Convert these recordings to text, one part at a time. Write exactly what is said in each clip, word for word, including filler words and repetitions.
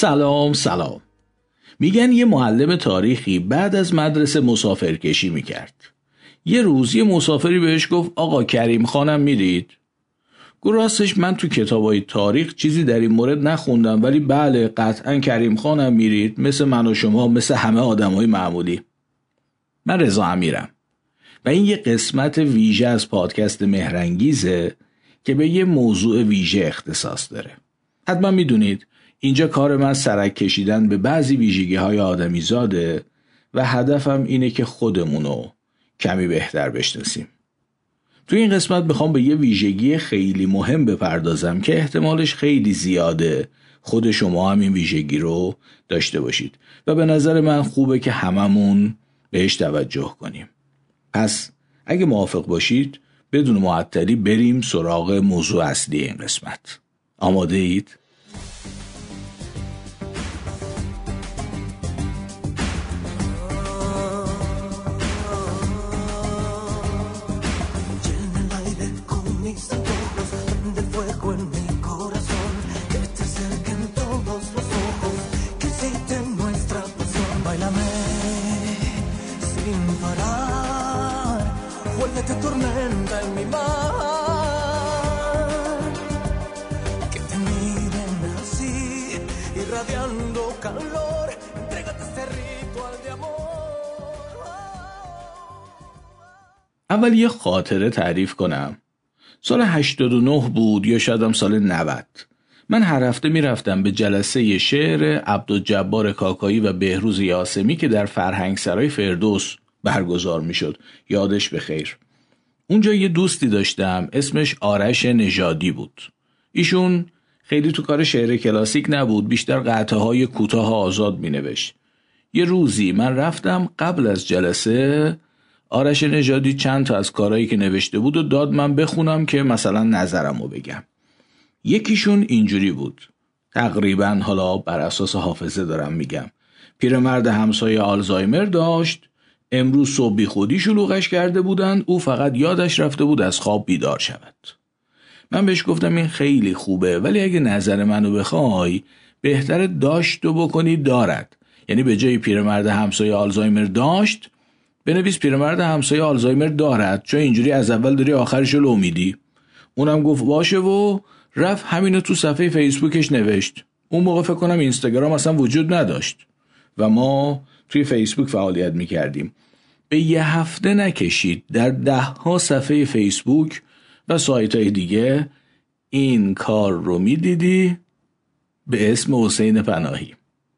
سلام سلام. میگن یه معلم تاریخی بعد از مدرسه مسافرکشی میکرد. یه روز یه مسافری بهش گفت آقا کریم خانم میرید؟ گفت راستش من تو کتابای تاریخ چیزی در این مورد نخوندم، ولی بله قطعا کریم خانم میرید، مثل من و شما، مثل همه آدمای معمولی. من رضا امیرم و این یه قسمت ویژه از پادکست مهرانگیزه که به یه موضوع ویژه اختصاص داره. حتما میدونید اینجا کار من سرک کشیدن به بعضی ویژگی های آدمی زاده و هدفم اینه که خودمونو کمی بهتر بشناسیم. توی این قسمت میخوام به یه ویژگی خیلی مهم بپردازم که احتمالش خیلی زیاده خود شما هم این ویژگی رو داشته باشید و به نظر من خوبه که هممون بهش توجه کنیم. پس اگه موافق باشید بدون معطلی بریم سراغ موضوع اصلی این قسمت. آماده اید؟ اول یه خاطره تعریف کنم. سال هشتاد و نه بود یا شاید هم سال نود. من هر هفته میرفتم به جلسه شعر عبدالجبار کاکایی و بهروز یاسمی که در فرهنگسرای فردوس برگزار میشد. یادش بخیر. اونجا یه دوستی داشتم اسمش آرش نژادی بود. ایشون خیلی تو کار شعر کلاسیک نبود، بیشتر قطعه های کوتاه آزاد مینوشت. یه روزی من رفتم قبل از جلسه، آرش نژادی چند تا از کارهایی که نوشته بود و داد من بخونم که مثلا نظرمو بگم. یکیشون اینجوری بود، تقریبا حالا بر اساس حافظه دارم میگم. پیرمرد همسایه آلزایمر داشت، امروز صبح بی خودی شلوغش کرده بودند، او فقط یادش رفته بود از خواب بیدار شود. من بهش گفتم این خیلی خوبه، ولی اگه نظر منو بخوای بهتره داشت و بکنی دارد. یعنی به جای پیرمرد همسایه آلزایمر داشت بنویس پیرمرد همسایه آلزایمر دارد، چون اینجوری از اول داری آخرشو لو میدی. اونم گفت باشه و رفت همینو تو صفحه فیسبوکش نوشت. اون موقع فکر کنم اینستاگرام اصلا وجود نداشت و ما توی فیسبوک فعالیت میکردیم. به یه هفته نکشید در ده ها صفحه فیسبوک و سایت های دیگه این کار رو میدیدی به اسم حسین پناهی.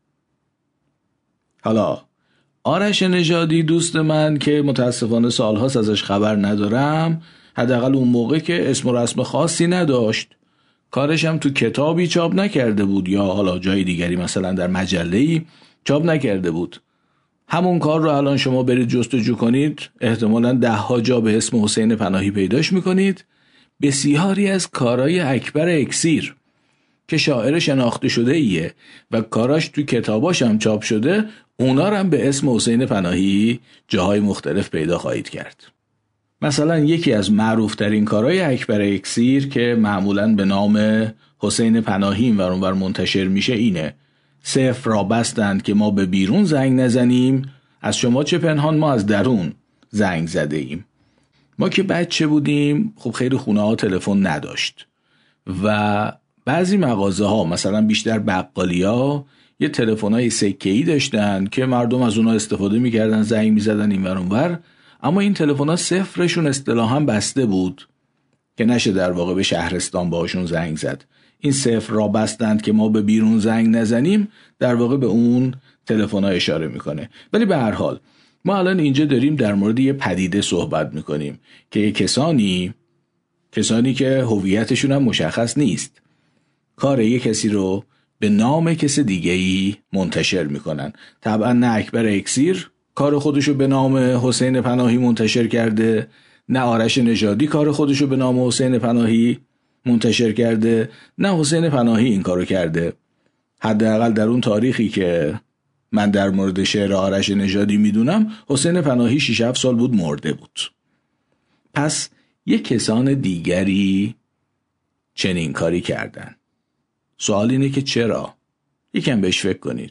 حالا آرش نژادی دوست من که متاسفانه سالهاست ازش خبر ندارم، حداقل اون موقع که اسم و رسم خاصی نداشت، کارش هم تو کتابی چاپ نکرده بود یا حالا جای دیگری مثلا در مجله‌ای چاپ نکرده بود. همون کار رو الان شما برید جستجو کنید احتمالاً ده ها جا به اسم حسین پناهی پیداش میکنید. بسیاری از کارهای اکبر اکسیر که شاعر شناخته شده ایه و کاراش تو کتاباش هم چاپ شده، اونا رو هم به اسم حسین پناهی جاهای مختلف پیدا خواهید کرد. مثلا یکی از معروف ترین کارهای اکبر اکسیر که معمولاً به نام حسین پناهی این ور اون ور منتشر میشه اینه: صفر را بستند که ما به بیرون زنگ نزنیم، از شما چه پنهان ما از درون زنگ زده ایم. ما که بچه بودیم خب خیلی خونه ها تلفن نداشت و بعضی مغازه ها مثلا بیشتر بقالی ها یه تلفن‌های سکه‌ای داشتن که مردم از اونها استفاده می‌کردن، زنگ می‌زدن این ور اون ور، اما این تلفن‌ها صفرشون اصطلاحاً بسته بود که نشه در واقع به شهرستان باشون زنگ زد. این صفر را بستند که ما به بیرون زنگ نزنیم در واقع به اون تلفن‌ها اشاره می‌کنه. ولی به هر حال ما الان اینجا داریم در مورد یه پدیده صحبت می‌کنیم که کسانی کسانی که هویتشون هم مشخص نیست کار یک کسی رو به نام کس دیگه‌ای منتشر میکنن. طبعا نه اکبر اکسیر کار خودشو به نام حسین پناهی منتشر کرده، نه آرش نژادی کار خودشو به نام حسین پناهی منتشر کرده، نه حسین پناهی این کارو کرده. حداقل در اون تاریخی که من در مورد شعر آرش نژادی میدونم حسین پناهی شش هفت سال بود مرده بود. پس یک کسان دیگری چنین کاری کردن. سوال اینه که چرا؟ یکم بهش فکر کنید.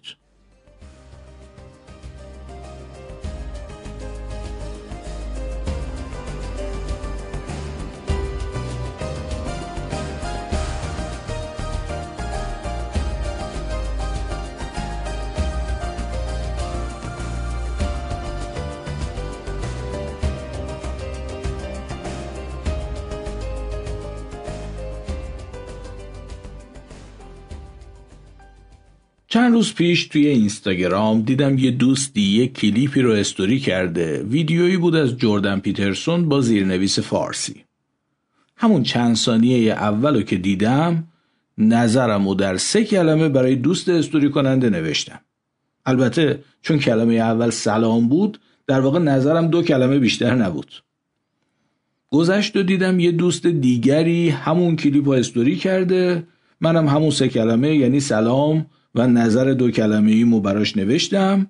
چند روز پیش توی اینستاگرام دیدم یه دوستی یه کلیپی رو استوری کرده. ویدیویی بود از جردن پیترسون با زیرنویس فارسی. همون چند ثانیه اولو که دیدم نظرمو در سه کلمه برای دوست استوری کننده نوشتم. البته چون کلمه اول سلام بود، در واقع نظرم دو کلمه بیشتر نبود. گذشت و دیدم یه دوست دیگری همون کلیپو استوری کرده. منم همون سه کلمه یعنی سلام و نظر دو کلمه ایمو براش نوشتم.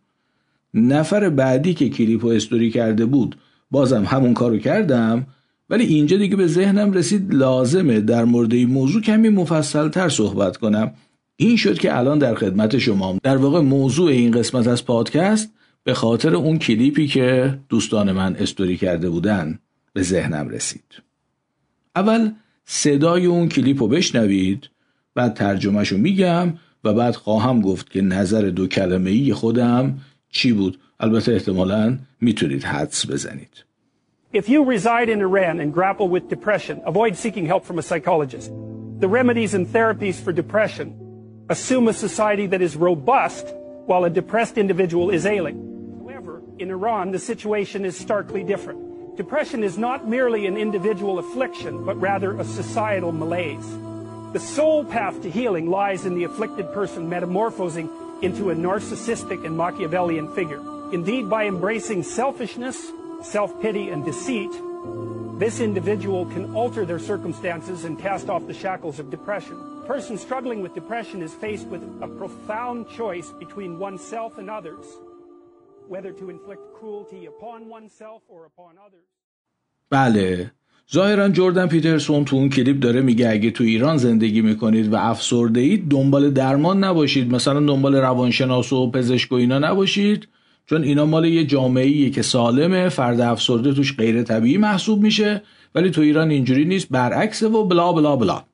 نفر بعدی که کلیپو استوری کرده بود بازم همون کارو کردم، ولی اینجا دیگه به ذهنم رسید لازمه در مورد این موضوع کمی مفصل تر صحبت کنم. این شد که الان در خدمت شما. در واقع موضوع این قسمت از پادکست به خاطر اون کلیپی که دوستان من استوری کرده بودن به ذهنم رسید. اول صدای اون کلیپو بشنوید، بعد ترجمهشو میگم و بعد خواهم گفت که نظر دو کلمه‌ای خودم چی بود. البته احتمالاً میتونید حدس بزنید. If you reside in Iran and grapple with depression, avoid seeking help from a psychologist. The remedies and therapies for depression assume a society that is robust while a depressed individual is ailing. However, in Iran, the situation is starkly different. Depression is not merely an individual affliction, but rather a societal malaise. The sole path to healing lies in the afflicted person metamorphosing into a narcissistic and Machiavellian figure. Indeed, by embracing selfishness, self-pity, and deceit, this individual can alter their circumstances and cast off the shackles of depression. A person struggling with depression is faced with a profound choice between oneself and others, whether to inflict cruelty upon oneself or upon others. بله، ظاهرا جردن پیترسون تو اون کلیپ داره میگه اگه تو ایران زندگی میکنید و افسرده اید دنبال درمان نباشید، مثلا دنبال روانشناس و پزشک و اینا نباشید، چون اینا مال یه جامعه‌ایه که سالمه، فرد افسرده توش غیر طبیعی محسوب میشه، ولی تو ایران اینجوری نیست، برعکسه و بلا بلا بلا.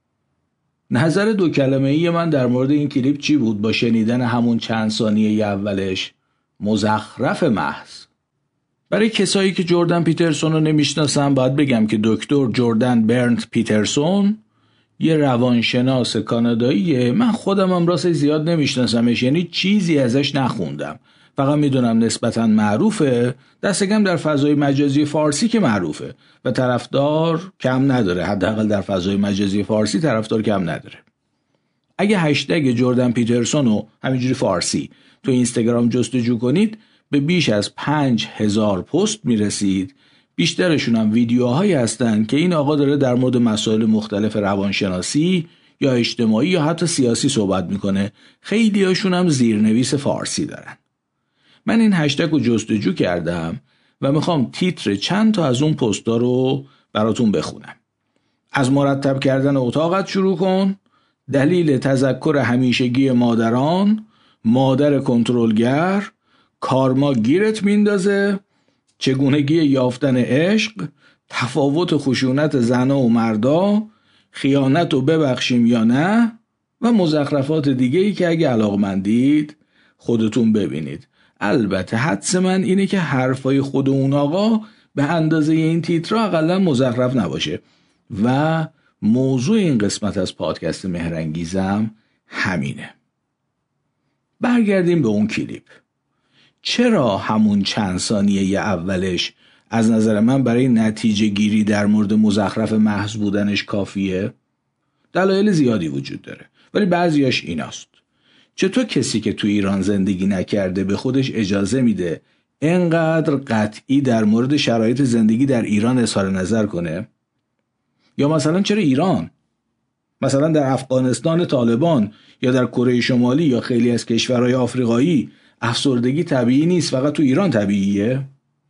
نظر دو کلمه‌ای من در مورد این کلیپ چی بود؟ با شنیدن همون چند ثانیه اولش مزخرف محض. برای کسایی که جردن پیترسون رو نمیشناسن باید بگم که دکتر جردن برنت پیترسون یه روانشناس کاناداییه. من خودم هم راستش زیاد نمیشناسمش، یعنی چیزی ازش نخوندم، فقط میدونم نسبتاً معروفه، دست کم در فضای مجازی فارسی که معروفه و طرفدار کم نداره، حداقل در فضای مجازی فارسی طرفدار کم نداره. اگه هشتگ جردن پیترسون رو همینجوری فارسی تو اینستاگرام جستجو کنید به بیش از پنج هزار پست میرسید. بیشترشون هم ویدیوهایی هستن که این آقا داره در مورد مسائل مختلف روانشناسی یا اجتماعی یا حتی سیاسی صحبت میکنه. خیلی هاشون هم زیرنویس فارسی دارن. من این هشتگ رو جستجو کردم و میخوام تیتر چند تا از اون پست‌ها رو براتون بخونم. از مرتب کردن اتاقت شروع کن، دلیل تذکر همیشگی مادران، مادر کنترلگر، کارما گیرت میندازه، چگونگی یافتن عشق، تفاوت خشونت زنها و مردا، خیانت و ببخشیم یا نه و مزخرفات دیگه ای که اگه علاقمندید خودتون ببینید. البته حدس من اینه که حرفای خود اون آقا به اندازه این تیترها اقلا مزخرف نباشه و موضوع این قسمت از پادکست مهرانگیزم همینه. برگردیم به اون کلیپ. چرا همون چند ثانیه اولش از نظر من برای نتیجه گیری در مورد مزخرف محض بودنش کافیه؟ دلایل زیادی وجود داره، ولی بعضیاش ایناست. چطور کسی که تو ایران زندگی نکرده به خودش اجازه میده اینقدر قطعی در مورد شرایط زندگی در ایران اظهار نظر کنه؟ یا مثلا چرا ایران؟ مثلا در افغانستان طالبان یا در کره شمالی یا خیلی از کشورهای آفریقایی افسردگی طبیعی نیست، فقط تو ایران طبیعیه؟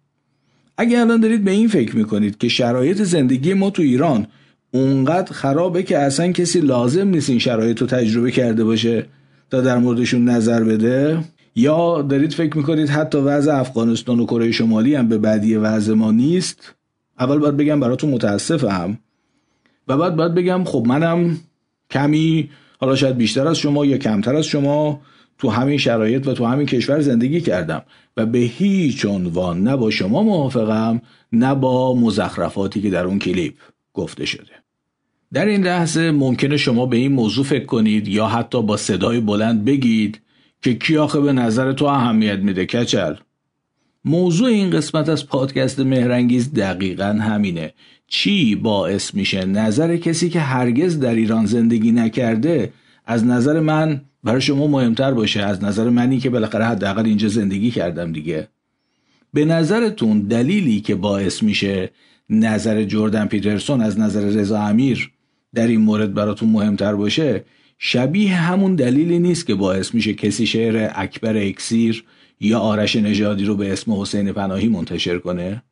اگه الان دارید به این فکر میکنید که شرایط زندگی ما تو ایران اونقدر خرابه که اصلا کسی لازم نیست این شرایط رو تجربه کرده باشه، تا در موردشون نظر بده؟ یا دارید فکر میکنید حتی وضع افغانستان و کره شمالی هم به بدی وضع ما نیست؟ اول باید بگم براتون متاسفم و بعد باید بگم خب منم کمی، حالا شاید بیشتر از شما یا کمتر از شما، تو همین شرایط و تو همین کشور زندگی کردم و به هیچ عنوان نه با شما موافقم نه با مزخرفاتی که در اون کلیپ گفته شده. در این لحظه ممکنه شما به این موضوع فکر کنید یا حتی با صدای بلند بگید که کی آخه به نظر تو اهمیت میده کچل؟ موضوع این قسمت از پادکست مهرانگیز دقیقاً همینه. چی باعث میشه نظر کسی که هرگز در ایران زندگی نکرده از نظر من برای شما مهمتر باشه از نظر منی که بالاخره حداقل اینجا زندگی کردم دیگه؟ به نظرتون دلیلی که باعث میشه نظر جردن پیترسون از نظر رضا امیر در این مورد براتون مهمتر باشه شبیه همون دلیلی نیست که باعث میشه کسی شعر اکبر اکسیر یا آرش نژادی رو به اسم حسین پناهی منتشر کنه؟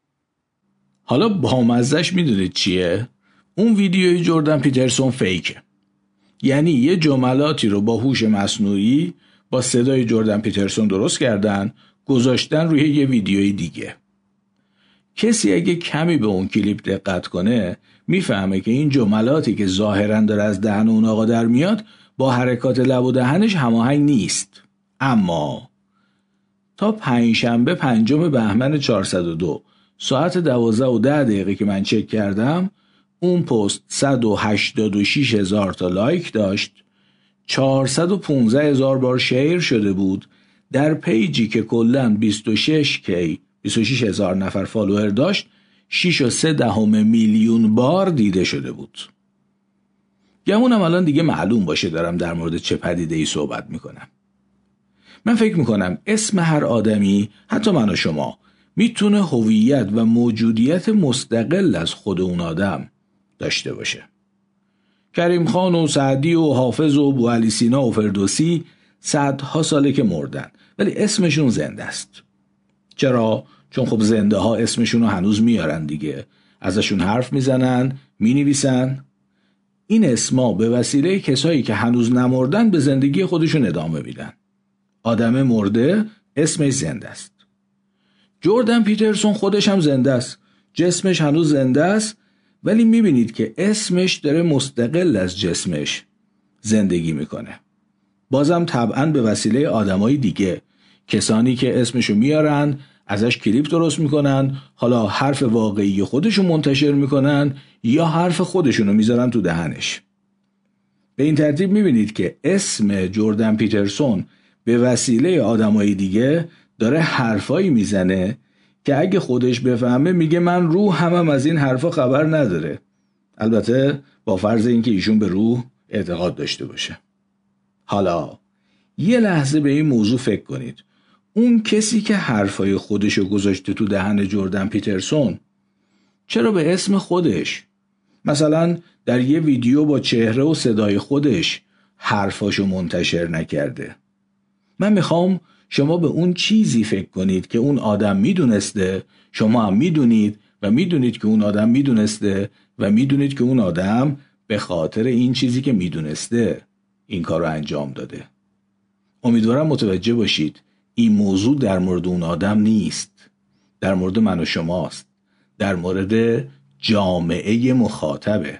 حالا بامزه‌اش میدونید چیه؟ اون ویدیوی جردن پیترسون فیکه. یعنی یه جملاتی رو با هوش مصنوعی با صدای جردن پیترسون درست کردن، گذاشتن روی یه ویدیوی دیگه. کسی اگه کمی به اون کلیپ دقت کنه میفهمه که این جملاتی که ظاهراً داره از دهن اون آقا در میاد با حرکات لب و دهنش هماهنگ نیست. اما تا پنجشنبه پنجم بهمن چهارصد و دو ساعت دوازده و ده دقیقه که من چک کردم اون پست صد و هشتاد و شش هزار تا لایک داشت، چهارصد و پانزده هزار بار شیر شده بود در پیجی که کلاً بیست و شش کی بیست و شش هزار نفر فالوور داشت، شش و سه دهم میلیون بار دیده شده بود. گمونم الان دیگه معلوم باشه دارم در مورد چه پدیده‌ای صحبت میکنم. من فکر میکنم اسم هر آدمی، حتی من و شما، میتونه هویت و موجودیت مستقل از خود اون آدم داشته باشه. کریم خان و سعدی و حافظ و بوعلی سینا و فردوسی صدها ساله که مردن ولی اسمشون زنده است. چرا؟ چون خب زنده ها اسمشون رو هنوز میارن دیگه، ازشون حرف میزنن، مینویسن. این اسما به وسیله کسایی که هنوز نمردن به زندگی خودشون ادامه میدن. آدم مرده اسمش زنده است. جردن پیترسون خودش هم زنده است، جسمش هنوز زنده است، ولی میبینید که اسمش داره مستقل از جسمش زندگی میکنه. بازم طبعاً به وسیله آدمای دیگه، کسانی که اسمشو میارن، ازش کلیپ درست میکنن، حالا حرف واقعی خودشون منتشر میکنن یا حرف خودشونو میذارن تو دهنش. به این ترتیب میبینید که اسم جردن پیترسون به وسیله آدمای دیگه داره حرفایی میزنه که اگه خودش بفهمه میگه من روح همم از این حرفا خبر نداره. البته با فرض اینکه ایشون به روح اعتقاد داشته باشه. حالا یه لحظه به این موضوع فکر کنید. اون کسی که حرفای خودشو گذاشته تو دهن جردن پیترسون چرا به اسم خودش، مثلا در یه ویدیو با چهره و صدای خودش، حرفاشو منتشر نکرده؟ من میخوام شما به اون چیزی فکر کنید که اون آدم میدونسته، شما هم میدونید و میدونید که اون آدم میدونسته و میدونید که اون آدم به خاطر این چیزی که میدونسته این کار رو انجام داده. امیدوارم متوجه باشید این موضوع در مورد اون آدم نیست، در مورد من و شماست، در مورد جامعه مخاطبه.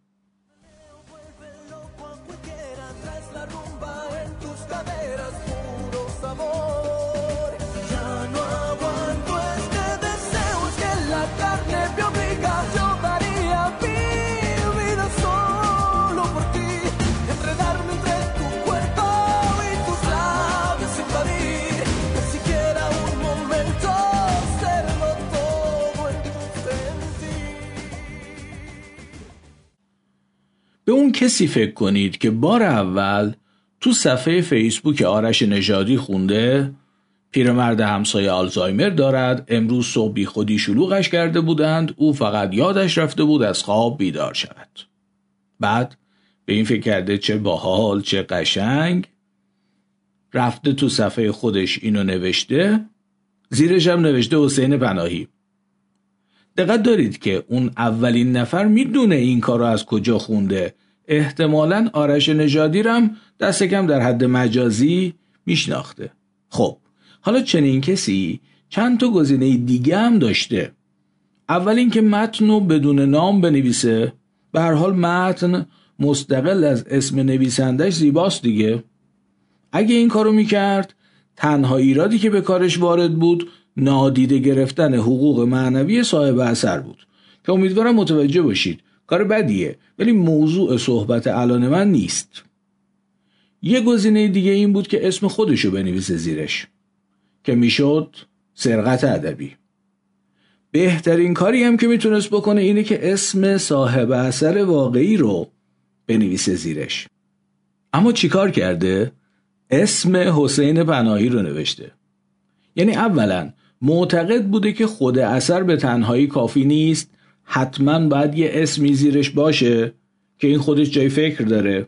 به اون کسی فکر کنید که بار اول تو صفحه فیسبوک آرش نژادی خونده پیرمرد همسایه آلزایمر دارد، امروز صبح بی خودی شلوغش کرده بودند، او فقط یادش رفته بود از خواب بیدار شود. بعد به این فکر کرده چه باحال، چه قشنگ، رفته تو صفحه خودش اینو نوشته، زیرش هم نوشته حسین پناهی. دقت دارید که اون اولین نفر میدونه این کار رو از کجا خونده، احتمالاً آرش نژادی رم دست کم در حد مجازی میشناخته. خب حالا چنین کسی چند تا گزینه دیگه هم داشته. اول اینکه متن رو بدون نام بنویسه، به هر حال متن مستقل از اسم نویسندش زیباست دیگه. اگه این کارو میکرد، تنها ایرادی که به کارش وارد بود نادیده گرفتن حقوق معنوی صاحب اثر بود که امیدوارم متوجه باشید کار بدیه، ولی موضوع صحبت الان من نیست. یه گزینه دیگه این بود که اسم خودشو بنویسه زیرش که میشد سرقت ادبی. بهترین کاری هم که میتونست بکنه اینه که اسم صاحب اثر واقعی رو بنویسه زیرش. اما چیکار کرده؟ اسم حسین پناهی رو نوشته. یعنی اولا معتقد بوده که خود اثر به تنهایی کافی نیست، حتما باید یه اسمی زیرش باشه که این خودش جای فکر داره.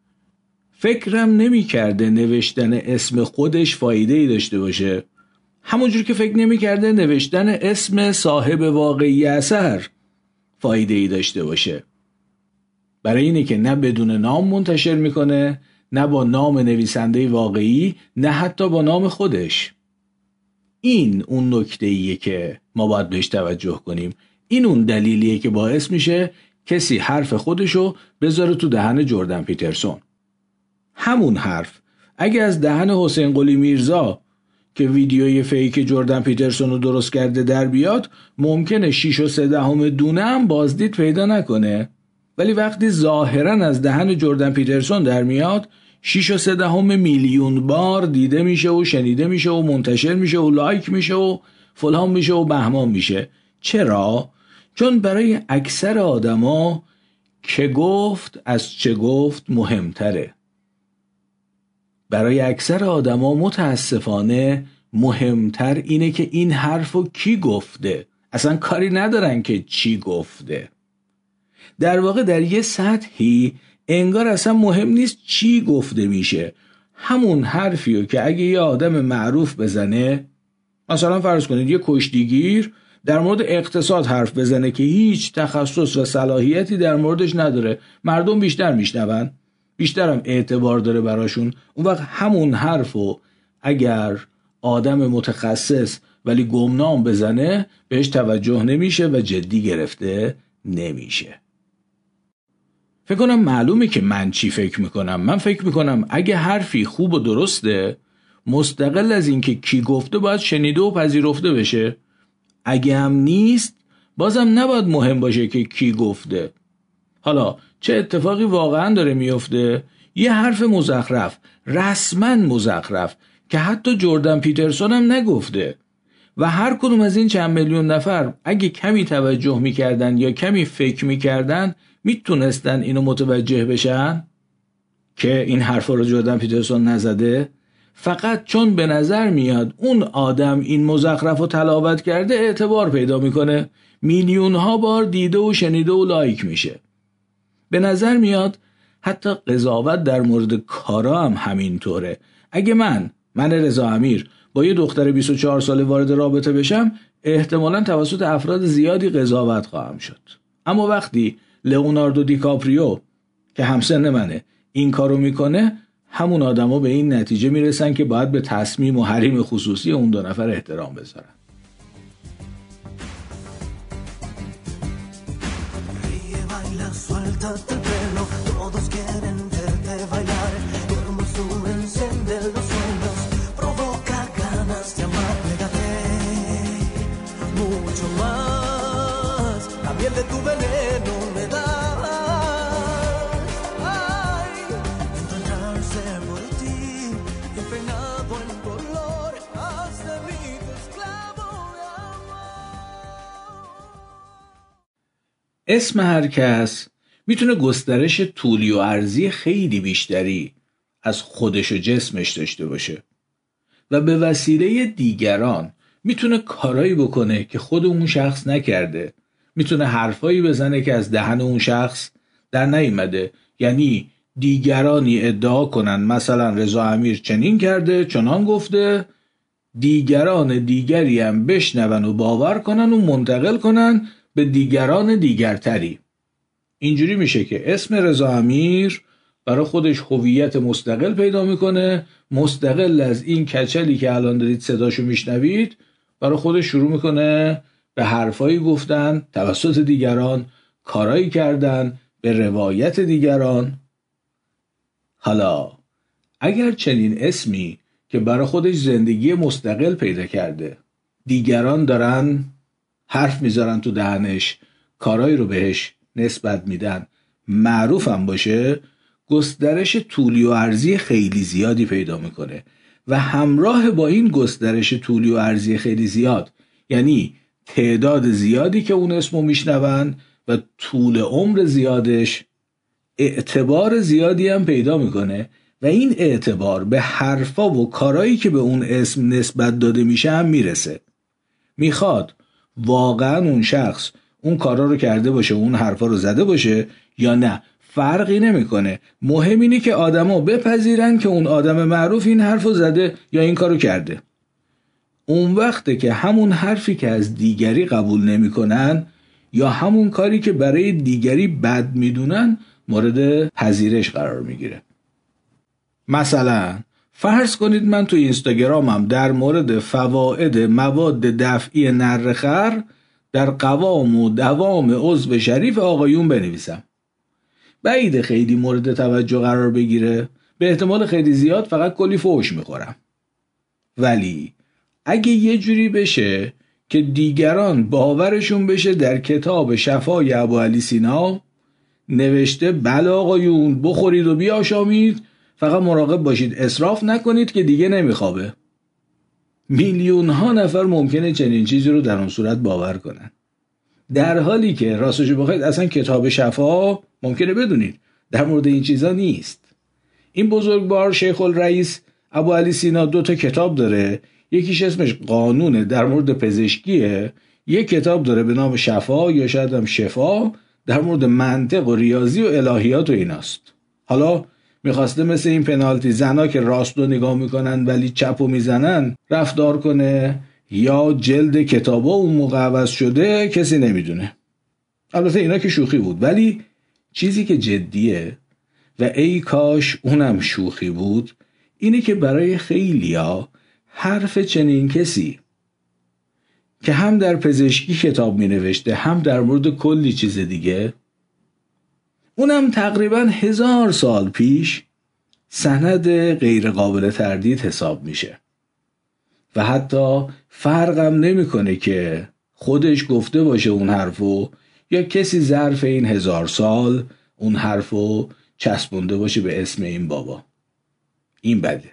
فکرم نمی کرده نوشتن اسم خودش فایده ای داشته باشه، همونجور که فکر نمی کرده نوشتن اسم صاحب واقعی اثر فایده ای داشته باشه. برای اینه که نه بدون نام منتشر میکنه، نه با نام نویسنده واقعی، نه حتی با نام خودش. این اون نکته‌ایه که ما باید بهش توجه کنیم. این اون دلیلیه که باعث میشه کسی حرف خودشو بذاره تو دهن جردن پیترسون. همون حرف اگه از دهن حسین قلی میرزا که ویدیوی فیک جردن پیترسون رو درست کرده در بیاد، ممکنه شیش و سه دهم دونه هم بازدید پیدا نکنه، ولی وقتی ظاهرا از دهن جردن پیترسون در میاد، شیش و سه دهم میلیون بار دیده میشه و شنیده میشه و منتشر میشه و لایک میشه و فلان میشه و بهمان میشه. چرا؟ چون برای اکثر آدما که گفت از چه گفت مهمتره. برای اکثر آدما متاسفانه مهمتر اینه که این حرفو کی گفته. اصلا کاری ندارن که چی گفته. در واقع در یه سطحی انگار اصلا مهم نیست چی گفته میشه. همون حرفیو که اگه یه آدم معروف بزنه، مثلا فرض کنید یه کشتیگیر در مورد اقتصاد حرف بزنه که هیچ تخصص و صلاحیتی در موردش نداره، مردم بیشتر میشنون، بیشتر هم اعتبار داره براشون. اون وقت همون حرفو اگر آدم متخصص ولی گمنام بزنه بهش توجه نمیشه و جدی گرفته نمیشه. فکر کنم معلومه که من چی فکر میکنم. من فکر میکنم اگه حرفی خوب و درسته، مستقل از اینکه کی گفته باید شنیده و پذیرفته بشه. اگه هم نیست، بازم نباید مهم باشه که کی گفته. حالا چه اتفاقی واقعا داره میفته؟ یه حرف مزخرف، رسما مزخرف، که حتی جردن پیترسون هم نگفته و هر کدوم از این چند میلیون نفر اگه کمی توجه میکردن یا کمی فکر میکردن میتونستن اینو متوجه بشن که این حرفا رو جردن پیترسون نزده. فقط چون به نظر میاد اون آدم این مزخرف رو تلاوت کرده اعتبار پیدا میکنه، میلیون ها بار دیده و شنیده و لایک میشه. به نظر میاد حتی قضاوت در مورد کارا هم همینطوره. اگه من من رضا امیر با یه دختر بیست و چهار ساله وارد رابطه بشم، احتمالاً توسط افراد زیادی قضاوت خواهم شد. اما وقتی لئوناردو دیکاپریو که همسن منه این کارو میکنه، همون آدما به این نتیجه میرسن که باید به تصمیم و حریم خصوصی اون دو نفر احترام بذارن. اسم هر کس میتونه گسترش طولی و عرضی خیلی بیشتری از خودش و جسمش داشته باشه و به وسیله دیگران میتونه کارایی بکنه که خود اون شخص نکرده. میتونه حرفایی بزنه که از دهن اون شخص در نیامده. یعنی دیگرانی ادعا کنن مثلا رضا امیر چنین کرده، چنان گفته، دیگران دیگری هم بشنون و باور کنن و منتقل کنن به دیگران دیگرتری. اینجوری میشه که اسم رضا امیر برای خودش هویت مستقل پیدا میکنه، مستقل از این کچلی که الان دارید صداشو میشنوید، برای خودش شروع میکنه به حرفایی گفتن توسط دیگران، کارایی کردن به روایت دیگران. حالا اگر چنین اسمی که برای خودش زندگی مستقل پیدا کرده، دیگران دارن حرف میذارن تو دهنش، کارایی رو بهش نسبت میدن، معروف هم باشه، گسترش طولی و عرضی خیلی زیادی پیدا میکنه و همراه با این گسترش طولی و عرضی خیلی زیاد، یعنی تعداد زیادی که اون اسمو میشنون و طول عمر زیادش، اعتبار زیادی هم پیدا میکنه و این اعتبار به حرفا و کارایی که به اون اسم نسبت داده میشه هم میرسه. میخواد واقعا اون شخص اون کارا رو کرده باشه، اون حرفا رو زده باشه یا نه، فرقی نمیکنه. مهم اینه که آدما بپذیرن که اون آدم معروف این حرفو زده یا این کارو کرده. اون وقته که همون حرفی که از دیگری قبول نمیکنن یا همون کاری که برای دیگری بد میدونن مورد پذیرش قرار میگیره. مثلا فرض کنید من تو اینستاگرامم در مورد فواید مواد دفعی نرخر در قوام و دوام عضو شریف آقایون بنویسم. بعید خیلی مورد توجه قرار بگیره، به احتمال خیلی زیاد فقط کلی فحش میخورم. ولی اگه یه جوری بشه که دیگران باورشون بشه در کتاب شفای ابوعلی سینا نوشته بله آقایون بخورید و بیاشامید، فقط مراقب باشید اسراف نکنید که دیگه نمیخوابه، میلیون ها نفر ممکنه چنین چیزی رو در اون صورت باور کنن. در حالی که راستش بخواید اصلا کتاب شفا ممکنه بدونید در مورد این چیزا نیست. این بزرگوار شیخ الرئیس ابوعلی سینا دو تا کتاب داره، یکیش اسمش قانونه در مورد پزشکیه، یک کتاب داره به نام شفا یا شاید هم شفا در مورد منطق و ریاضی و الهیات و ایناست. حالا میخواسته مثل این پنالتی زنا که راست رو نگاه میکنن ولی چپ رو میزنن رفتار کنه یا جلد کتابا اون موقع عوض شده کسی نمیدونه. البته اینا که شوخی بود، ولی چیزی که جدیه و ای کاش اونم شوخی بود اینه که برای خیلیا حرف چنین کسی که هم در پزشکی کتاب می نوشته هم در مورد کلی چیز دیگه، اونم تقریبا هزار سال پیش، سند غیر قابل تردید حساب میشه و حتی فرقم نمیکنه که خودش گفته باشه اون حرفو یا کسی ظرف این هزار سال اون حرفو چسبونده باشه به اسم این بابا. این بده.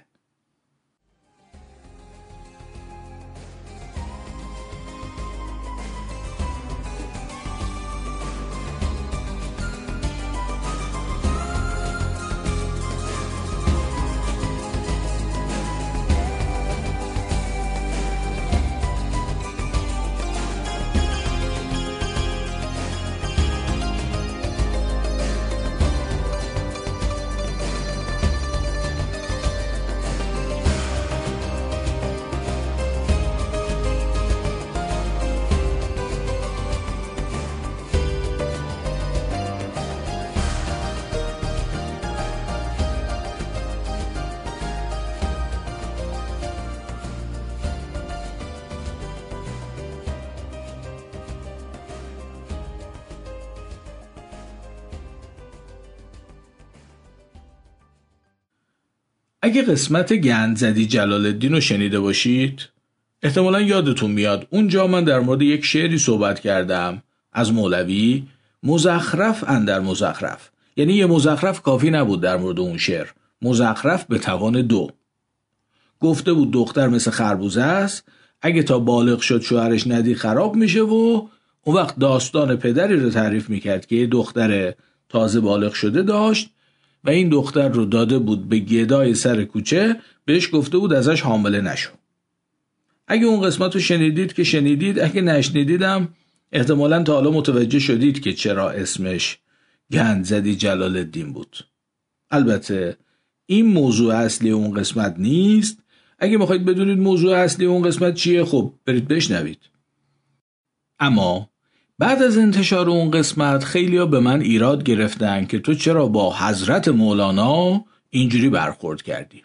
اگه قسمت گندزدی جلال الدین رو شنیده باشید احتمالا یادتون میاد اونجا من در مورد یک شعری صحبت کردم از مولوی، مزخرف اندر مزخرف، یعنی یه مزخرف کافی نبود در مورد اون شعر، مزخرف به توان دو. گفته بود دختر مثل خربوزه است، اگه تا بالغ شد شوهرش ندی خراب میشه و اون وقت داستان پدری رو تعریف میکرد که یه دختر تازه بالغ شده داشت و این دختر رو داده بود به گدای سر کوچه، بهش گفته بود ازش حامله نشو. اگه اون قسمت رو شنیدید که شنیدید، اگه نشنیدیدم احتمالاً تا حالا متوجه شدید که چرا اسمش گندزدی جلال الدین بود. البته این موضوع اصلی اون قسمت نیست. اگه میخواید بدونید موضوع اصلی اون قسمت چیه، خب برید بشنوید. اما بعد از انتشار اون قسمت خیلیا به من ایراد گرفتن که تو چرا با حضرت مولانا اینجوری برخورد کردی.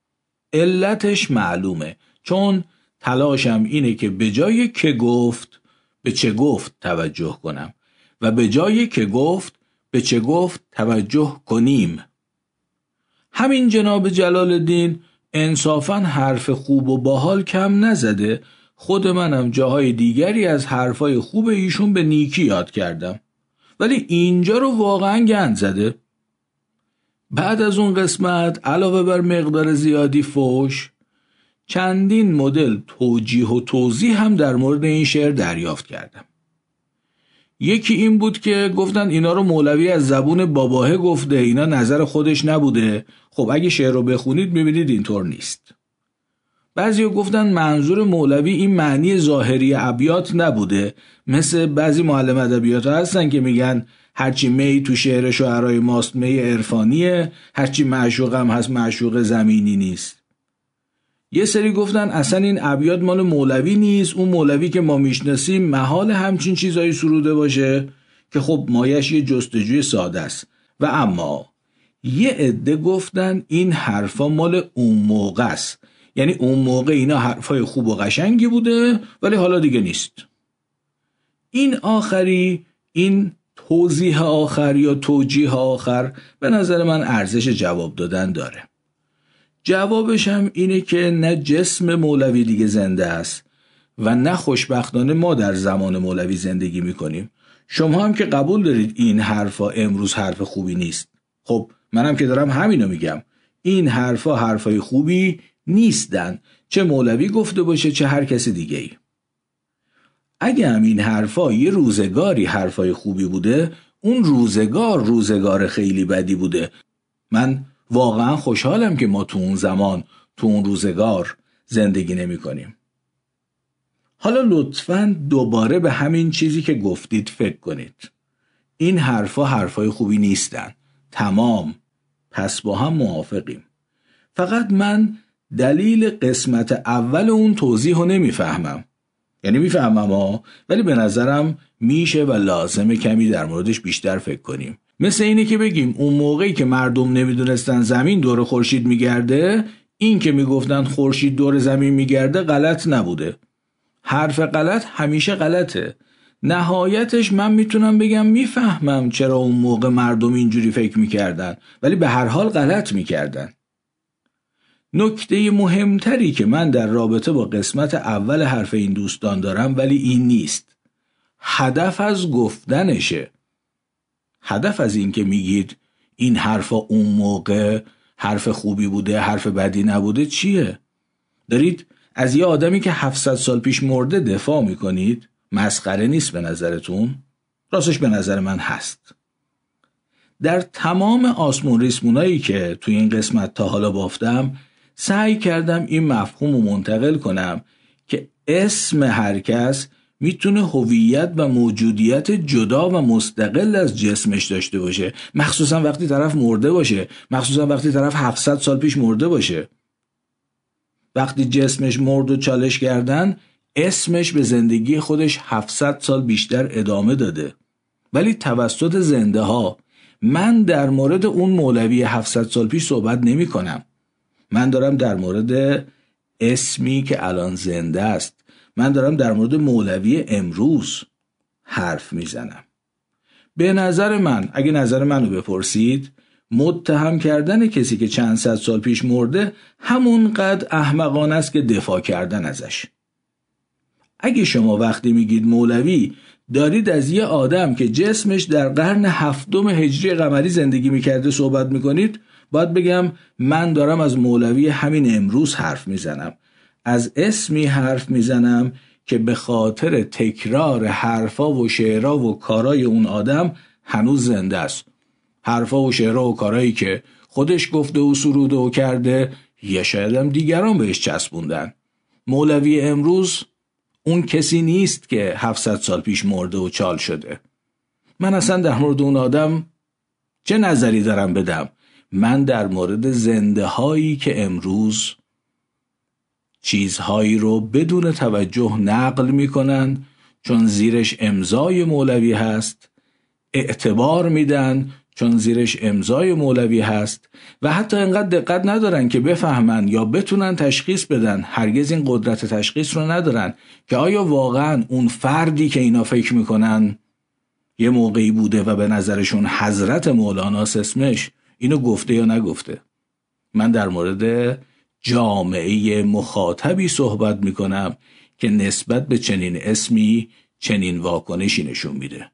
علتش معلومه، چون تلاشم اینه که به جای که گفت به چه گفت توجه کنم و به جای که گفت به چه گفت توجه کنیم. همین جناب جلال الدین انصافاً حرف خوب و باحال کم نزده، خود منم جاهای دیگری از حرفای خوب ایشون به نیکی یاد کردم، ولی اینجا رو واقعاً گند زده. بعد از اون قسمت علاوه بر مقدار زیادی فوش، چندین مدل توجیه و توضیح هم در مورد این شعر دریافت کردم. یکی این بود که گفتن اینا رو مولوی از زبون باباهه گفته، اینا نظر خودش نبوده. خب اگه شعر رو بخونید میبینید اینطور نیست. بعضی گفتن منظور مولوی این معنی ظاهری ابیات نبوده، مثل بعضی معلم ادبیات هستن که میگن هرچی می تو شعر شعرهای ماست می عرفانیه، هرچی معشوق هم هست معشوق زمینی نیست. یه سری گفتن اصلا این ابیات مال مولوی نیست، اون مولوی که ما میشناسیم محال همچین چیزایی سروده باشه، که خب مایش یه جستجوی ساده است. و اما یه عده گفتن این حرفا مال اون موقع است، یعنی اون موقع اینا حرفای خوب و قشنگی بوده ولی حالا دیگه نیست. این آخری، این توضیح آخر یا توجیه آخر به نظر من ارزش جواب دادن داره. جوابش هم اینه که نه جسم مولوی دیگه زنده است و نه خوشبختانه ما در زمان مولوی زندگی میکنیم. شما هم که قبول دارید این حرفا امروز حرف خوبی نیست. خب منم که دارم همینو میگم، این حرفا حرفای خوبی نیستن، چه مولوی گفته باشه چه هر کسی دیگه ای. اگه هم این حرفا یه روزگاری حرفای خوبی بوده، اون روزگار روزگار خیلی بدی بوده. من واقعا خوشحالم که ما تو اون زمان تو اون روزگار زندگی نمی کنیم. حالا لطفاً دوباره به همین چیزی که گفتید فکر کنید. این حرفا حرفای خوبی نیستن. تمام. پس با هم موافقیم. فقط من دلیل قسمت اول اون توضیح رو نمیفهمم. یعنی میفهمم ها، ولی به نظرم میشه و لازمه کمی در موردش بیشتر فکر کنیم. مثل اینه که بگیم اون موقعی که مردم نمیدونستن زمین دور خورشید میگرده، این که میگفتن خورشید دور زمین میگرده غلط نبوده. حرف غلط همیشه غلطه. نهایتش من میتونم بگم میفهمم چرا اون موقع مردم اینجوری فکر میکردن، ولی به هر حال غلط میکردن. نکته مهمتری که من در رابطه با قسمت اول حرف این دوستان دارم ولی این نیست. هدف از گفتنشه. هدف از این که میگید این حرفا اون موقع حرف خوبی بوده حرف بدی نبوده چیه؟ دارید از یه آدمی که هفتصد سال پیش مرده دفاع میکنید؟ مسخره نیست به نظرتون؟ راستش به نظر من هست. در تمام آسمون ریسمونایی که توی این قسمت تا حالا بافتم سعی کردم این مفهوم رو منتقل کنم که اسم هر کس میتونه هویت و موجودیت جدا و مستقل از جسمش داشته باشه، مخصوصا وقتی طرف مرده باشه، مخصوصا وقتی طرف هفتصد سال پیش مرده باشه. وقتی جسمش مرد و چالش کردن، اسمش به زندگی خودش هفتصد سال بیشتر ادامه داده، ولی توسط زنده ها. من در مورد اون مولوی هفتصد سال پیش صحبت نمی کنم. من دارم در مورد اسمی که الان زنده است. من دارم در مورد مولوی امروز حرف میزنم. به نظر من، اگه نظر منو بپرسید، متهم کردن کسی که چند صد سال پیش مرده همونقدر احمقانه است که دفاع کردن ازش. اگه شما وقتی میگید مولوی دارید از یه آدم که جسمش در قرن هفتم هجری قمری زندگی میکرده صحبت میکنید، باید بگم من دارم از مولوی همین امروز حرف میزنم. از اسمی حرف میزنم که به خاطر تکرار حرفا و شعرها و کارای اون آدم هنوز زنده است. حرفا و شعرها و کارایی که خودش گفته و سروده و کرده، یا شاید هم دیگران بهش چسبوندن. مولوی امروز اون کسی نیست که هفتصد سال پیش مرده و چال شده. من اصلا در مورد اون آدم چه نظری دارم بدم؟ من در مورد زنده هایی که امروز چیزهایی رو بدون توجه نقل میکنن، چون زیرش امضای مولوی هست، اعتبار میدن چون زیرش امضای مولوی هست و حتی اینقدر دقت ندارن که بفهمن یا بتونن تشخیص بدن، هرگز این قدرت تشخیص رو ندارن که آیا واقعا اون فردی که اینا فکر میکنن یه موقعی بوده و به نظرشون حضرت مولاناست اسمش، اینو گفته یا نگفته. من در مورد جامعه مخاطبی صحبت میکنم که نسبت به چنین اسمی چنین واکنشی نشون میده.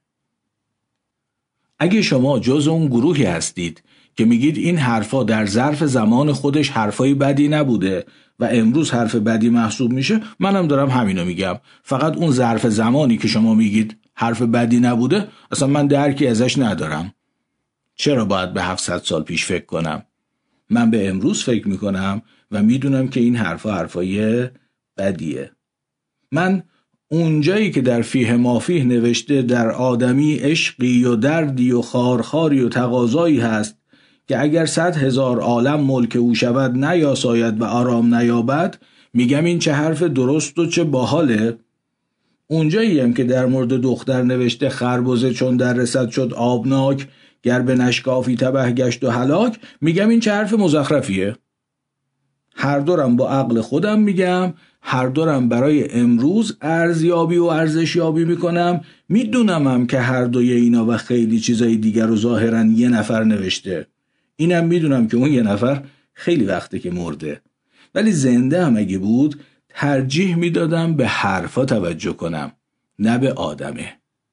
اگه شما جز اون گروهی هستید که میگید این حرفا در ظرف زمان خودش حرفای بدی نبوده و امروز حرف بدی محسوب میشه، منم دارم همینو میگم. فقط اون ظرف زمانی که شما میگید حرف بدی نبوده اصلا من درکی ازش ندارم. چرا باید به هفتصد سال پیش فکر کنم؟ من به امروز فکر میکنم و میدونم که این حرفا حرفای بدیه. من اونجایی که در فیه مافیه نوشته در آدمی عشقی و دردی و خارخاری و تقاضایی هست که اگر صد هزار عالم ملک او شود نیاساید و آرام نیابد، میگم این چه حرف درست و چه باحاله. اونجایی هم که در مورد دختر نوشته خربزه چون در رسد شد آبناک، گر به نشکافی تبه گشت و هلاک، میگم این چه حرف مزخرفیه. هر دورم با عقل خودم میگم، هر دورم برای امروز ارزیابی و ارزشیابی میکنم. میدونم هم که هر دوی اینا و خیلی چیزای دیگر رو ظاهرا یه نفر نوشته. اینم میدونم که اون یه نفر خیلی وقته که مرده، ولی زنده هم اگه بود ترجیح میدادم به حرفا توجه کنم نه به آدمه.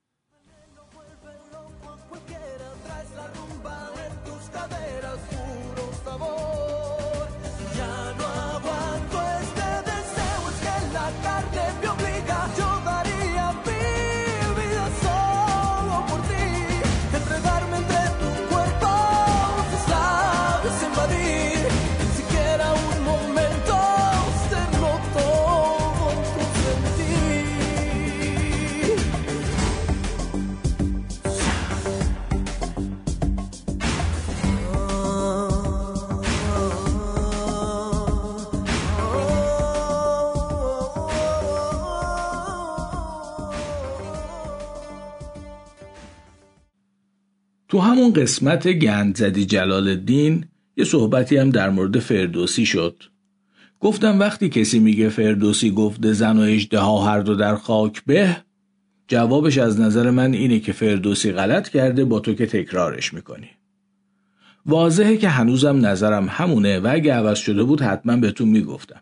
تو همون قسمت گندزدی جلال الدین یه صحبتی هم در مورد فردوسی شد. گفتم وقتی کسی میگه فردوسی گفته زن و اژدها هر دو در خاک به، جوابش از نظر من اینه که فردوسی غلط کرده، با تو که تکرارش میکنی. واضحه که هنوزم نظرم همونه و اگه عوض شده بود حتما بهتون میگفتم.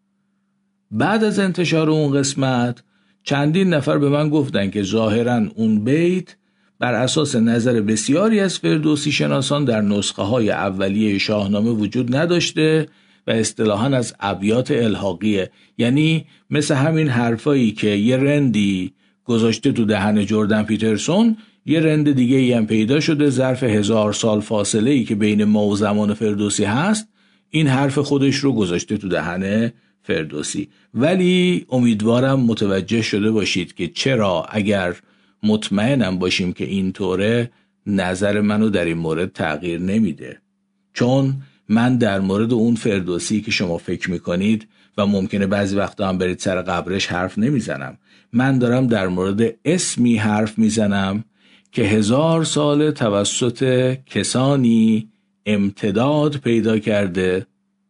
بعد از انتشار اون قسمت چندین نفر به من گفتن که ظاهراً اون بیت بر اساس نظر بسیاری از فردوسی شناسان در نسخه های اولیه شاهنامه وجود نداشته و اصطلاحاً از ابیات الحاقیه، یعنی مثل همین حرفایی که یه رندی گذاشته تو دهن جردن پیترسون، یه رند دیگه ای هم پیدا شده ظرف هزار سال فاصله ای که بین ما و زمان فردوسی هست، این حرف خودش رو گذاشته تو دهن فردوسی. ولی امیدوارم متوجه شده باشید که چرا اگر مطمئنم باشیم که اینطوره، نظر منو در این مورد تغییر نمیده. چون من در مورد اون فردوسی که شما فکر میکنید و ممکنه بعضی وقتا هم برید سر قبرش حرف نمیزنم. من دارم در مورد اسمی حرف میزنم که هزار سال توسط کسانی امتداد پیدا کرده،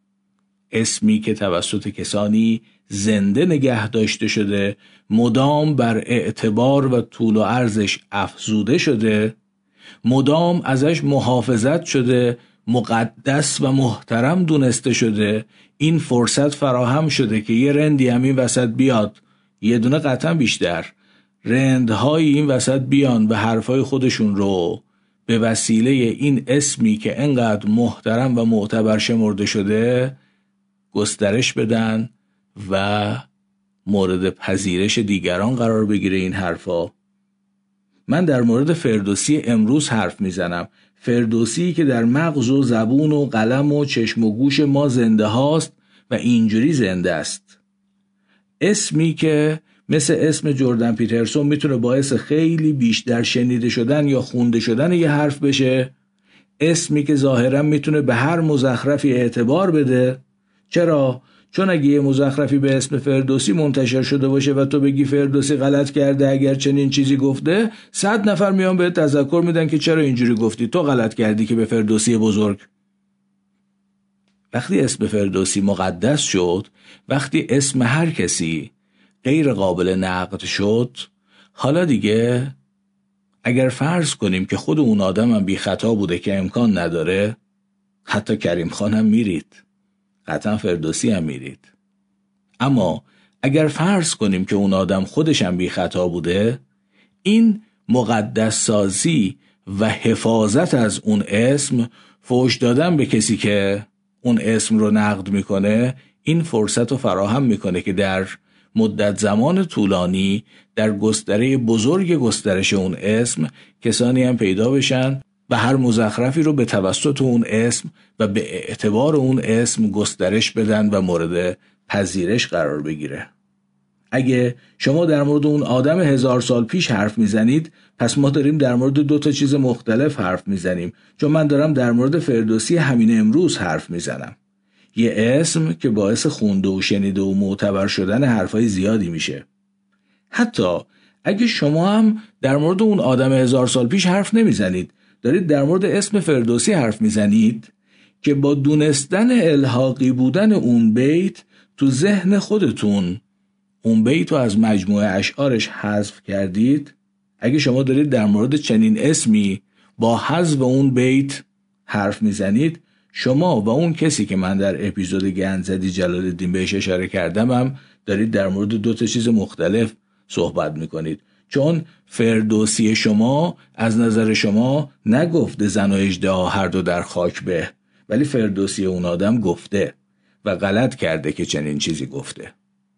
اسمی که توسط کسانی زنده نگه داشته شده، مدام بر اعتبار و طول و عرضش افزوده شده، مدام ازش محافظت شده، مقدس و محترم دونسته شده. این فرصت فراهم شده که یه رندی هم این وسط بیاد، یه دونه قطعا بیشتر رندهای این وسط بیان و حرفای خودشون رو به وسیله این اسمی که انقدر محترم و معتبر شمرده شده گسترش بدن و مورد پذیرش دیگران قرار بگیره این حرفا. من در مورد فردوسی امروز حرف میزنم، فردوسی که در مغز و زبون و قلم و چشم و گوش ما زنده هاست و اینجوری زنده است. اسمی که مثل اسم جردن پیترسون میتونه باعث خیلی بیشتر شنیده شدن یا خونده شدن یه حرف بشه، اسمی که ظاهرا میتونه به هر مزخرفی اعتبار بده. چرا؟ چون اگه یه مزخرفی به اسم فردوسی منتشر شده باشه و تو بگی فردوسی غلط کرده اگر چنین چیزی گفته، صد نفر میان به تذکر میدن که چرا اینجوری گفتی، تو غلط کردی که به فردوسی بزرگ. وقتی اسم فردوسی مقدس شد، وقتی اسم هر کسی غیر قابل نقد شد، حالا دیگه اگر فرض کنیم که خود اون آدم هم بی خطا بوده که امکان نداره، حتی کریم خان هم میرید، قطعا فردوسی هم میرید. اما اگر فرض کنیم که اون آدم خودش هم بی خطا بوده، این مقدس سازی و حفاظت از اون اسم، فوش دادن به کسی که اون اسم رو نقد میکنه، این فرصت رو فراهم میکنه که در مدت زمان طولانی در گستره بزرگ گسترش اون اسم کسانی هم پیدا بشن و هر مزخرفی رو به توسط اون اسم و به اعتبار اون اسم گسترش بدن و مورد پذیرش قرار بگیره. اگه شما در مورد اون آدم هزار سال پیش حرف میزنید، پس ما داریم در مورد دو تا چیز مختلف حرف میزنیم، چون من دارم در مورد فردوسی همین امروز حرف میزنم. یه اسم که باعث خونده و شنیده و معتبر شدن حرفای زیادی میشه. حتی اگه شما هم در مورد اون آدم هزار سال پیش حرف نمیزنید، دارید در مورد اسم فردوسی حرف میزنید که با دونستن الحاقی بودن اون بیت تو ذهن خودتون اون بیت رو از مجموعه اشعارش حذف کردید. اگه شما دارید در مورد چنین اسمی با حذف اون بیت حرف میزنید، شما و اون کسی که من در اپیزود گندزدی جلال الدین بهش اشاره کردم هم دارید در مورد دو تا چیز مختلف صحبت میکنید. چون فردوسی شما از نظر شما نگفته زن و اژدها هر دو در خاک به، ولی فردوسی اون آدم گفته و غلط کرده که چنین چیزی گفته.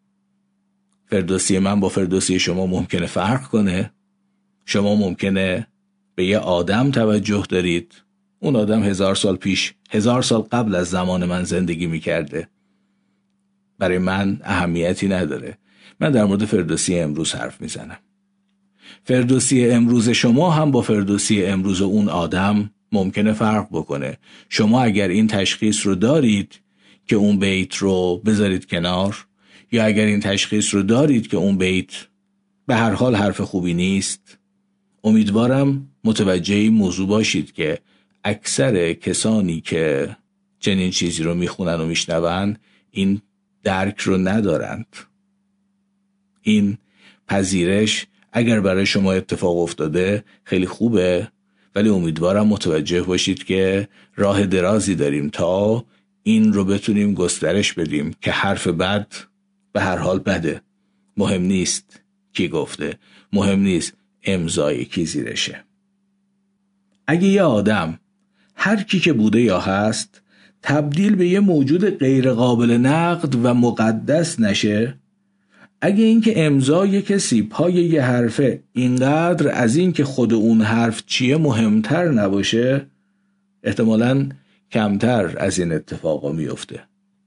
فردوسی من با فردوسی شما ممکنه فرق کنه. شما ممکنه به یه آدم توجه دارید، اون آدم هزار سال پیش، هزار سال قبل از زمان من زندگی میکرده، برای من اهمیتی نداره. من در مورد فردوسی امروز حرف میزنم. فردوسی امروز شما هم با فردوسی امروز اون آدم ممکنه فرق بکنه. شما اگر این تشخیص رو دارید که اون بیت رو بذارید کنار، یا اگر این تشخیص رو دارید که اون بیت به هر حال حرف خوبی نیست، امیدوارم متوجه این موضوع باشید که اکثر کسانی که چنین چیزی رو میخونن و میشنون این درک رو ندارند. این پذیرش اگر برای شما اتفاق افتاده خیلی خوبه، ولی امیدوارم متوجه باشید که راه درازی داریم تا این رو بتونیم گسترش بدیم که حرف بد به هر حال بده. مهم نیست کی گفته، مهم نیست امضای کی زیرشه. اگه یه آدم هر کی که بوده یا هست تبدیل به یه موجود غیر قابل نقد و مقدس نشه، اگه این که امضای کسی پای یه حرفه اینقدر از این که خود اون حرف چیه مهمتر نباشه، احتمالاً کمتر از این اتفاقا میفته.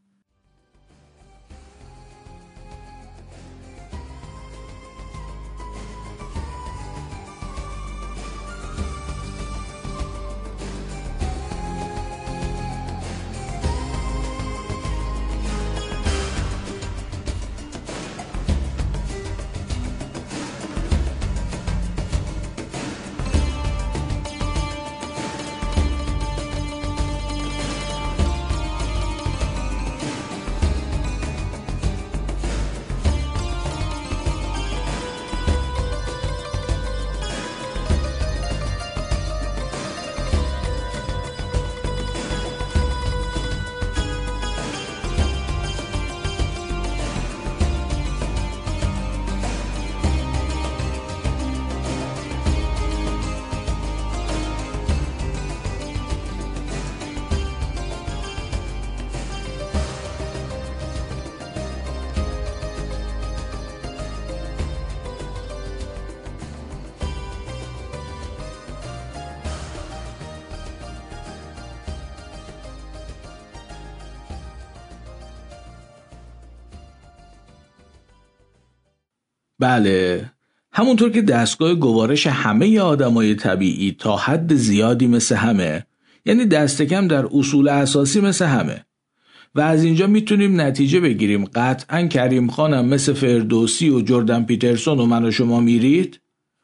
بله، همونطور که دستگاه گوارش همه آدمای طبیعی تا حد زیادی مثل همه، یعنی دست کم در اصول اساسی مثل همه، و از اینجا میتونیم نتیجه بگیریم قطعاً کریم خانم مثل فردوسی و جردن پیترسون و من و شما میرید.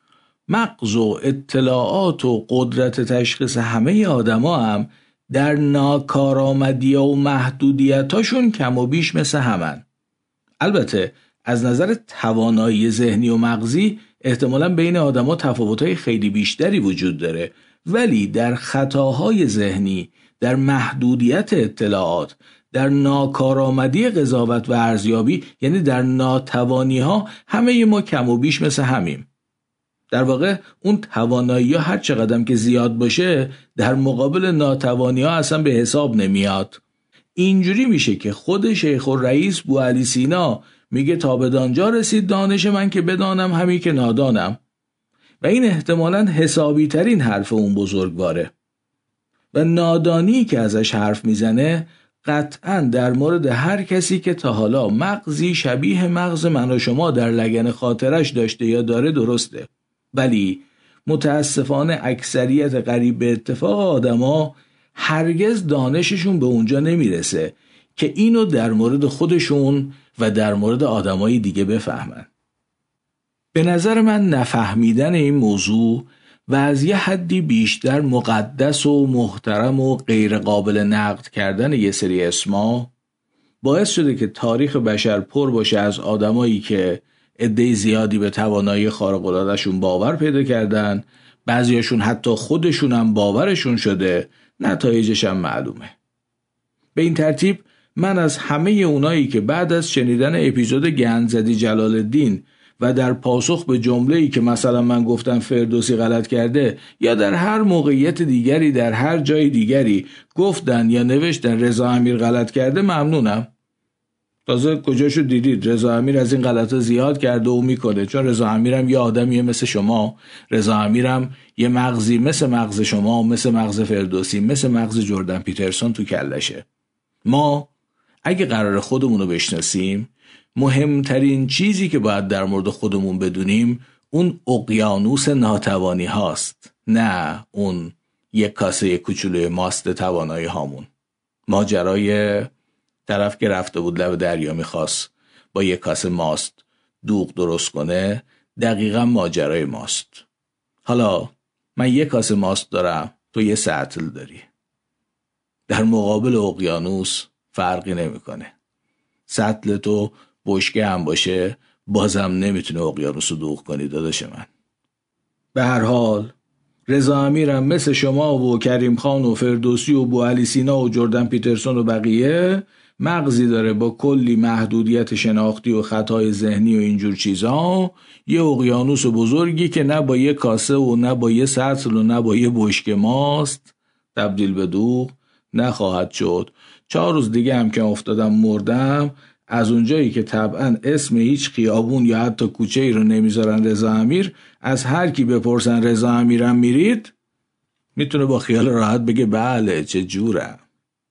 مغز و اطلاعات و قدرت تشخیص همه آدما هم در ناکارآمدی و محدودیتاشون کم و بیش مثل همن. البته از نظر توانایی ذهنی و مغزی احتمالاً بین آدما تفاوت‌های خیلی بیشتری وجود داره، ولی در خطاهای ذهنی، در محدودیت اطلاعات، در ناکارآمدی قضاوت و ارزیابی، یعنی در ناتوانی‌ها، همه ما کم و بیش مثل همیم. در واقع اون توانایی ها هر چقدر که زیاد باشه در مقابل ناتوانی ها اصلا به حساب نمیاد. اینجوری میشه که خود شیخ الرئیس بوعلی سینا میگه تا به دانجا رسید دانش من که بدانم همی که نادانم، و این احتمالاً حسابی ترین حرف اون بزرگواره. و نادانی که ازش حرف میزنه قطعاً در مورد هر کسی که تا حالا مغزی شبیه مغز من و شما در لگن خاطرش داشته یا داره درسته، ولی متاسفانه اکثریت قریب به اتفاق آدما هرگز دانششون به اونجا نمیرسه که اینو در مورد خودشون و در مورد آدمای دیگه بفهمن. به نظر من نفهمیدن این موضوع و از یه حدی بیشتر مقدس و محترم و غیر قابل نقد کردن یه سری اسما باعث شده که تاریخ بشر پر باشه از آدمایی که عده زیادی به توانایی خارق‌العاده‌شون باور پیدا کردن، بعضیاشون حتی خودشون هم باورشون شده، نتایجش هم معلومه. به این ترتیب من از همه اونایی که بعد از شنیدن اپیزود گندزدی جلال الدین و در پاسخ به جمله‌ای که مثلا من گفتم فردوسی غلط کرده یا در هر موقعیت دیگری در هر جای دیگری گفتن یا نوشتن رضا امیر غلط کرده ممنونم. تازه کجاشو دیدید؟ رضا امیر از این غلطا زیاد کرده و میکنه، چون رضا امیرم یه آدمیه مثل شما، رضا امیرم یه مغزی مثل مغز شما، مثل مغز فردوسی، مثل مغز جردن پیترسون تو کلشه. ما اگه قرار خودمونو بشناسیم، مهمترین چیزی که باید در مورد خودمون بدونیم اون اقیانوس ناتوانی هاست، نه اون یک کاسه کوچولوی ماست توانایی هامون. ماجرای طرف که رفته بود لب دریا میخواست با یک کاسه ماست دوغ درست کنه دقیقا ماجرای ماست. حالا من یک کاسه ماست دارم، تو یه سطل داری. در مقابل اقیانوس فرقی نمیکنه. سطل تو بشکه هم باشه بازم نمیتونه اقیانوس رو دوغ کنی داداش من. به هر حال رضا امیرم مثل شما و کریم خان و فردوسی و بوعلی سینا و جردن پیترسون و بقیه مغزی داره با کلی محدودیت شناختی و خطای ذهنی و اینجور چیزا، یه اقیانوس بزرگی که نه با یه کاسه و نه با یه سطل و نه با یه بشکه ماست تبدیل به دوغ نخواهد شد. چهار روز دیگه هم که افتادم مردم، از اونجایی که طبعا اسم هیچ خیابون یا حتی کوچه ای رو نمیذارن رضا امیر، از هر کی بپرسن رضا امیرم میرید میتونه با خیال راحت بگه بله چه جورم.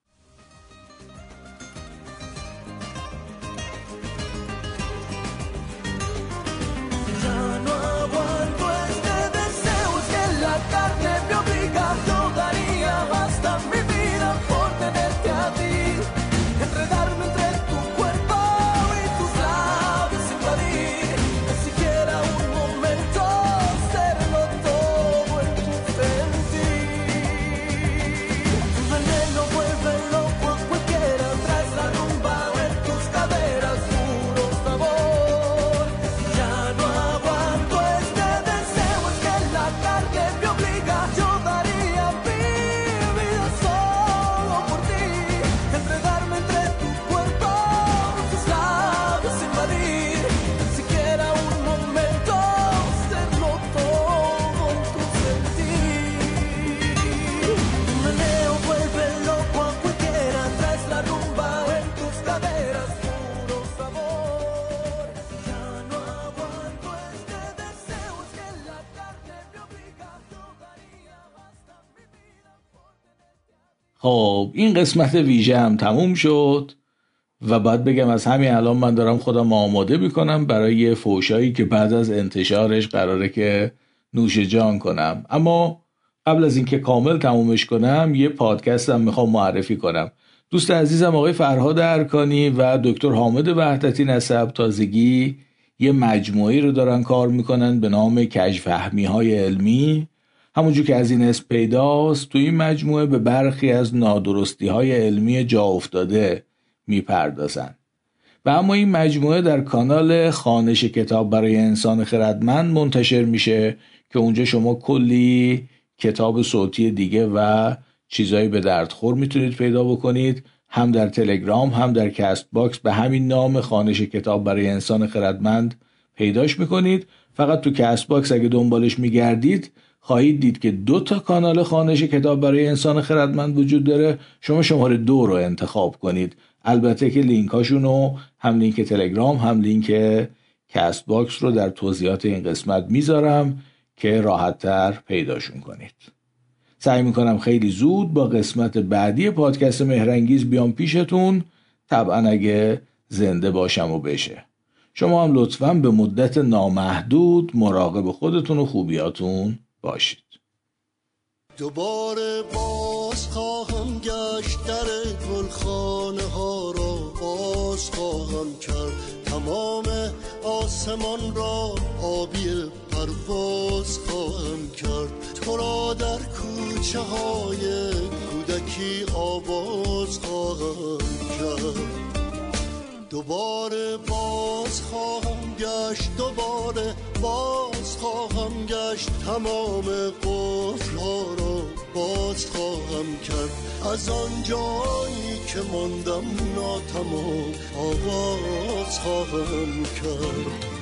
خب این قسمت ویژه هم تموم شد و بعد بگم از همین الان من دارم خودم آماده میکنم برای فوشایی که بعد از انتشارش قراره که نوش جان کنم. اما قبل از اینکه کامل تمومش کنم یه پادکست هم میخوام معرفی کنم. دوست عزیزم آقای فرهاد ارکانی و دکتر حامد وحدتی نسب تازگی یه مجموعه‌ای رو دارن کار میکنن به نام کژفهمی‌های علمی. همونجور که از این اسم پیداست، تو این مجموعه به برخی از نادرستی‌های علمی جا افتاده میپردازن. و اما این مجموعه در کانال خوانش کتاب برای انسان خردمند منتشر میشه که اونجا شما کلی کتاب صوتی دیگه و چیزایی به دردخور میتونید پیدا بکنید، هم در تلگرام هم در کست باکس به همین نام خوانش کتاب برای انسان خردمند پیداش میکنید. فقط تو کست باکس اگه دنبالش میگردید خواهید دید که دو تا کانال خوانش کتاب برای انسان خردمند وجود داره. شما شماره دو رو انتخاب کنید. البته که لینک هاشونو هم لینک تلگرام هم لینک کست باکس رو در توضیحات این قسمت میذارم که راحت تر پیداشون کنید. سعی میکنم خیلی زود با قسمت بعدی پادکست مهرانگیز بیام پیشتون، طبعا اگه زنده باشم و بشه. شما هم لطفاً به مدت نامحدود مراقب خودتون و خوبیاتون باشید. دوباره باز خواهم گشت، در گلخانه ها را باز خواهم کرد، تمام آسمان را آبی پرواز خواهم کرد، تو را در کوچه های کودکی آواز خواهم کرد. دوباره باز خواهم گشت، دوباره باز خواهم گشت، تمام قفل‌ها را باز خواهم کرد، از آن جایی که ماندم ناتمام آواز خواهم کرد.